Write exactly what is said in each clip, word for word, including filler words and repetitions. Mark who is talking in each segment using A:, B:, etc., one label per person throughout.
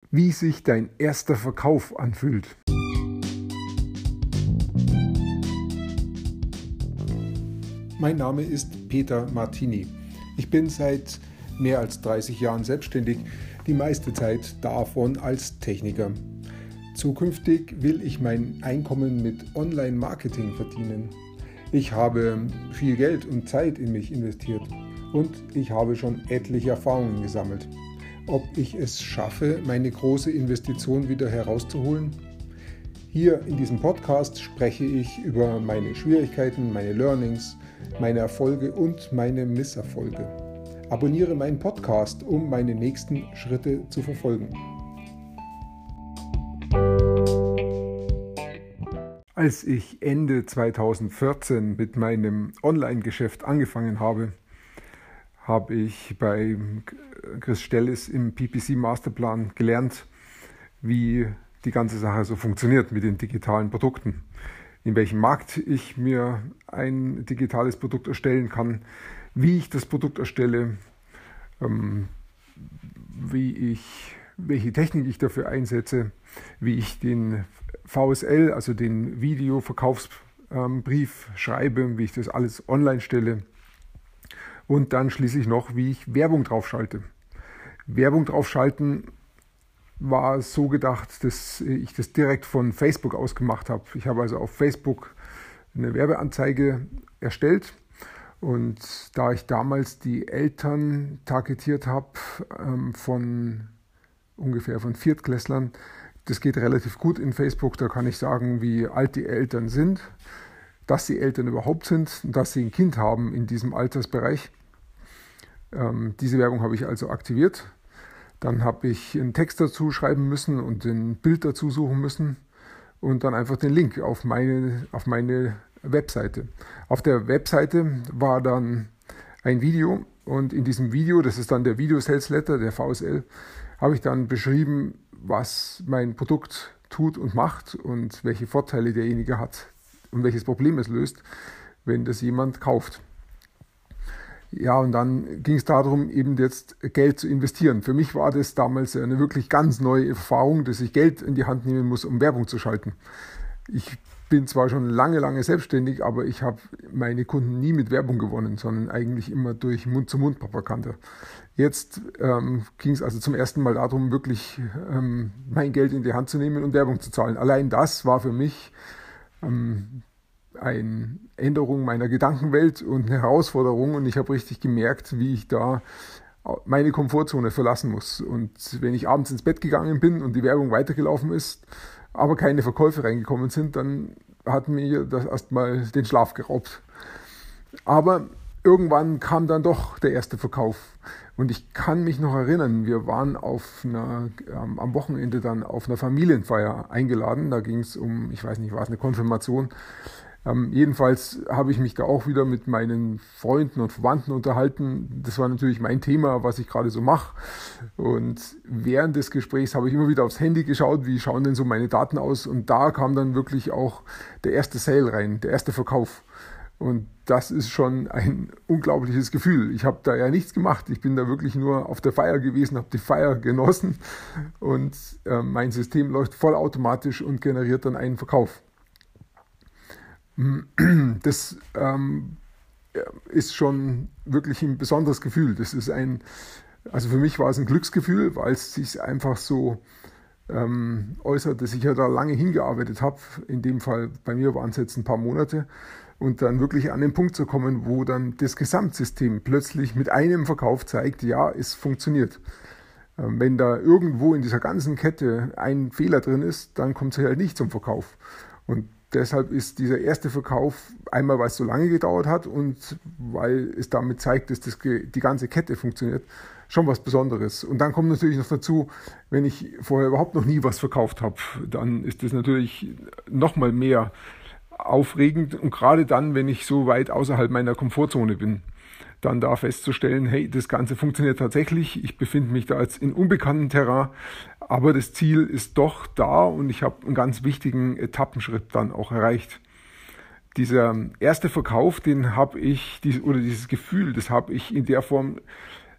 A: Wie sich dein erster Verkauf anfühlt. Mein Name ist Peter Martini. Ich bin seit mehr als dreißig Jahren selbstständig, die meiste Zeit davon als Techniker. Zukünftig will ich mein Einkommen mit Online-Marketing verdienen. Ich habe viel Geld und Zeit in mich investiert und ich habe schon etliche Erfahrungen gesammelt. Ob ich es schaffe, meine große Investition wieder herauszuholen? Hier in diesem Podcast spreche ich über meine Schwierigkeiten, meine Learnings, meine Erfolge und meine Misserfolge. Abonniere meinen Podcast, um meine nächsten Schritte zu verfolgen. Als ich Ende zweitausendvierzehn mit meinem Online-Geschäft angefangen habe, habe ich bei Chris Stellis im P P C Masterplan gelernt, wie die ganze Sache so funktioniert mit den digitalen Produkten. In welchem Markt ich mir ein digitales Produkt erstellen kann, wie ich das Produkt erstelle, ähm, wie ich, welche Technik ich dafür einsetze, wie ich den V S L, also den Videoverkaufsbrief schreibe, wie ich das alles online stelle. Und dann schließlich noch, wie ich Werbung draufschalte. Werbung draufschalten war so gedacht, dass ich das direkt von Facebook aus gemacht habe. Ich habe also auf Facebook eine Werbeanzeige erstellt. Und da ich damals die Eltern targetiert habe von ungefähr von Viertklässlern, das geht relativ gut in Facebook. Da kann ich sagen, wie alt die Eltern sind, dass die Eltern überhaupt sind und dass sie ein Kind haben in diesem Altersbereich. Ähm, diese Werbung habe ich also aktiviert. Dann habe ich einen Text dazu schreiben müssen und ein Bild dazu suchen müssen und dann einfach den Link auf meine, auf meine Webseite. Auf der Webseite war dann ein Video und in diesem Video, das ist dann der Video Sales Letter, der V S L, habe ich dann beschrieben, was mein Produkt tut und macht und welche Vorteile derjenige hat und welches Problem es löst, wenn das jemand kauft. Ja, und dann ging es darum, eben jetzt Geld zu investieren. Für mich war das damals eine wirklich ganz neue Erfahrung, dass ich Geld in die Hand nehmen muss, um Werbung zu schalten. Ich bin zwar schon lange, lange selbstständig, aber ich habe meine Kunden nie mit Werbung gewonnen, sondern eigentlich immer durch Mund-zu-Mund-Propaganda. Jetzt ähm, ging es also zum ersten Mal darum, wirklich ähm, mein Geld in die Hand zu nehmen und Werbung zu zahlen. Allein das war für mich ähm, eine Änderung meiner Gedankenwelt und eine Herausforderung und ich habe richtig gemerkt, wie ich da meine Komfortzone verlassen muss. Und wenn ich abends ins Bett gegangen bin und die Werbung weitergelaufen ist, aber keine Verkäufe reingekommen sind, dann hat mir das erstmal den Schlaf geraubt. Aber irgendwann kam dann doch der erste Verkauf. Und ich kann mich noch erinnern, wir waren auf einer, ähm, am Wochenende dann auf einer Familienfeier eingeladen. Da ging es um, ich weiß nicht, war es eine Konfirmation. Ähm, jedenfalls habe ich mich da auch wieder mit meinen Freunden und Verwandten unterhalten. Das war natürlich mein Thema, was ich gerade so mache. Und während des Gesprächs habe ich immer wieder aufs Handy geschaut, wie schauen denn so meine Daten aus. Und da kam dann wirklich auch der erste Sale rein, der erste Verkauf. Und das ist schon ein unglaubliches Gefühl. Ich habe da ja nichts gemacht. Ich bin da wirklich nur auf der Feier gewesen, habe die Feier genossen. Und äh, mein System läuft vollautomatisch und generiert dann einen Verkauf. Das ähm, ist schon wirklich ein besonderes Gefühl. Das ist ein, also für mich war es ein Glücksgefühl, weil es sich einfach so ähm, äußert, dass ich ja da lange hingearbeitet habe. In dem Fall, bei mir waren es jetzt ein paar Monate. Und dann wirklich an den Punkt zu kommen, wo dann das Gesamtsystem plötzlich mit einem Verkauf zeigt, ja, es funktioniert. Ähm, wenn da irgendwo in dieser ganzen Kette ein Fehler drin ist, dann kommt es halt nicht zum Verkauf. Und deshalb ist dieser erste Verkauf, einmal weil es so lange gedauert hat und weil es damit zeigt, dass das, die ganze Kette funktioniert, schon was Besonderes. Und dann kommt natürlich noch dazu, wenn ich vorher überhaupt noch nie was verkauft habe, dann ist das natürlich noch mal mehr aufregend. Und gerade dann, wenn ich so weit außerhalb meiner Komfortzone bin, dann da festzustellen, hey, das Ganze funktioniert tatsächlich, ich befinde mich da jetzt in unbekanntem Terrain, aber das Ziel ist doch da und ich habe einen ganz wichtigen Etappenschritt dann auch erreicht. Dieser erste Verkauf, den habe ich, oder dieses Gefühl, das habe ich in der Form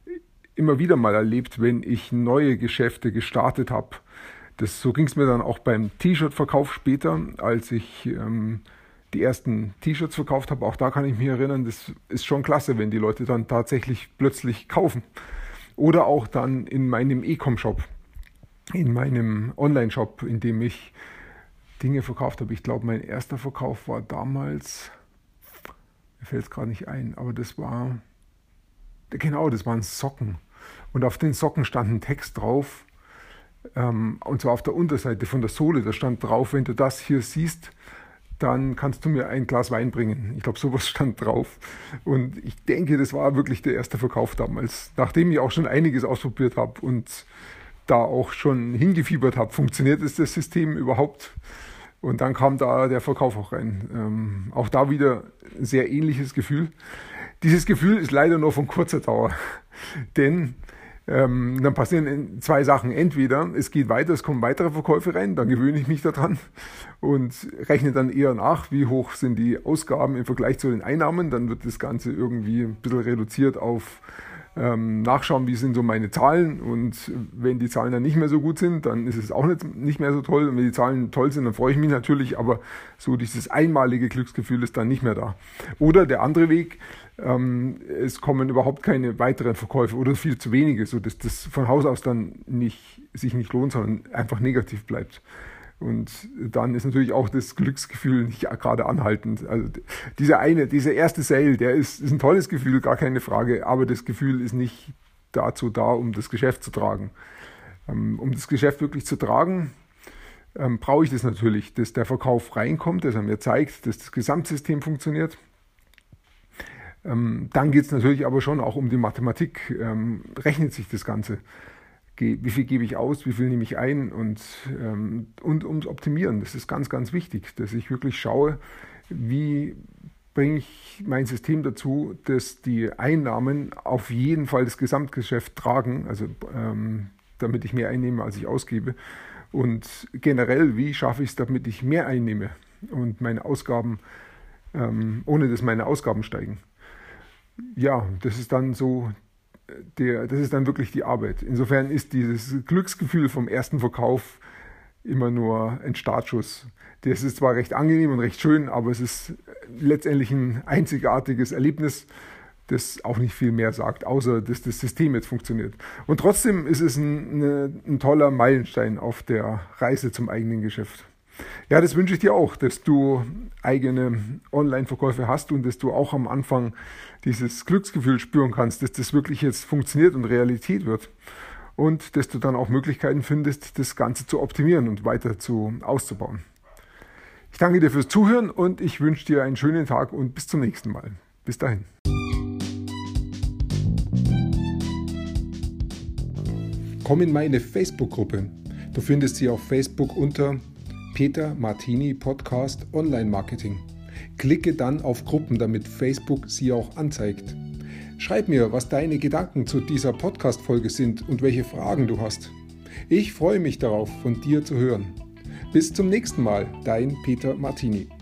A: immer wieder mal erlebt, wenn ich neue Geschäfte gestartet habe. Das, so ging es mir dann auch beim T-Shirt-Verkauf später, als ich ähm, die ersten T-Shirts verkauft habe. Auch da kann ich mich erinnern, das ist schon klasse, wenn die Leute dann tatsächlich plötzlich kaufen. Oder auch dann in meinem E-Com-Shop, in meinem Online-Shop, in dem ich Dinge verkauft habe. Ich glaube, mein erster Verkauf war damals, mir fällt es gerade nicht ein, aber das war, genau, das waren Socken. Und auf den Socken stand ein Text drauf, ähm, und zwar auf der Unterseite von der Sohle, da stand drauf, wenn du das hier siehst, dann kannst du mir ein Glas Wein bringen. Ich glaube, sowas stand drauf. Und ich denke, das war wirklich der erste Verkauf damals. Nachdem ich auch schon einiges ausprobiert habe und da auch schon hingefiebert habe, funktioniert ist das System überhaupt? Und dann kam da der Verkauf auch rein. Ähm, auch da wieder ein sehr ähnliches Gefühl. Dieses Gefühl ist leider nur von kurzer Dauer. Denn Ähm, dann passieren zwei Sachen. Entweder es geht weiter, es kommen weitere Verkäufe rein, dann gewöhne ich mich daran und rechne dann eher nach, wie hoch sind die Ausgaben im Vergleich zu den Einnahmen. Dann wird das Ganze irgendwie ein bisschen reduziert auf ähm, Nachschauen, wie sind so meine Zahlen. Und wenn die Zahlen dann nicht mehr so gut sind, dann ist es auch nicht, nicht mehr so toll. Und wenn die Zahlen toll sind, dann freue ich mich natürlich, aber so dieses einmalige Glücksgefühl ist dann nicht mehr da. Oder der andere Weg, es kommen überhaupt keine weiteren Verkäufe oder viel zu wenige, sodass das von Haus aus dann nicht, sich nicht lohnt, sondern einfach negativ bleibt. Und dann ist natürlich auch das Glücksgefühl nicht gerade anhaltend. Also dieser eine, dieser erste Sale, der ist, ist ein tolles Gefühl, gar keine Frage, aber das Gefühl ist nicht dazu da, um das Geschäft zu tragen. Um das Geschäft wirklich zu tragen, brauche ich das natürlich, dass der Verkauf reinkommt, dass er mir zeigt, dass das Gesamtsystem funktioniert. Ähm, dann geht es natürlich aber schon auch um die Mathematik. Ähm, rechnet sich das Ganze? Ge- wie viel gebe ich aus? Wie viel nehme ich ein? Und, ähm, und ums Optimieren. Das ist ganz, ganz wichtig, dass ich wirklich schaue, wie bringe ich mein System dazu, dass die Einnahmen auf jeden Fall das Gesamtgeschäft tragen, also ähm, damit ich mehr einnehme, als ich ausgebe. Und generell, wie schaffe ich es, damit ich mehr einnehme und meine Ausgaben, ähm, ohne dass meine Ausgaben steigen. Ja, das ist dann so, der, das ist dann wirklich die Arbeit. Insofern ist dieses Glücksgefühl vom ersten Verkauf immer nur ein Startschuss. Das ist zwar recht angenehm und recht schön, aber es ist letztendlich ein einzigartiges Erlebnis, das auch nicht viel mehr sagt, außer dass das System jetzt funktioniert. Und trotzdem ist es ein, eine, ein toller Meilenstein auf der Reise zum eigenen Geschäft. Ja, das wünsche ich dir auch, dass du eigene Online-Verkäufe hast und dass du auch am Anfang dieses Glücksgefühl spüren kannst, dass das wirklich jetzt funktioniert und Realität wird und dass du dann auch Möglichkeiten findest, das Ganze zu optimieren und weiter zu auszubauen. Ich danke dir fürs Zuhören und ich wünsche dir einen schönen Tag und bis zum nächsten Mal. Bis dahin. Komm in meine Facebook-Gruppe. Du findest sie auf Facebook unter Peter Martini Podcast Online Marketing. Klicke dann auf Gruppen, damit Facebook sie auch anzeigt. Schreib mir, was deine Gedanken zu dieser Podcast-Folge sind und welche Fragen du hast. Ich freue mich darauf, von dir zu hören. Bis zum nächsten Mal, dein Peter Martini.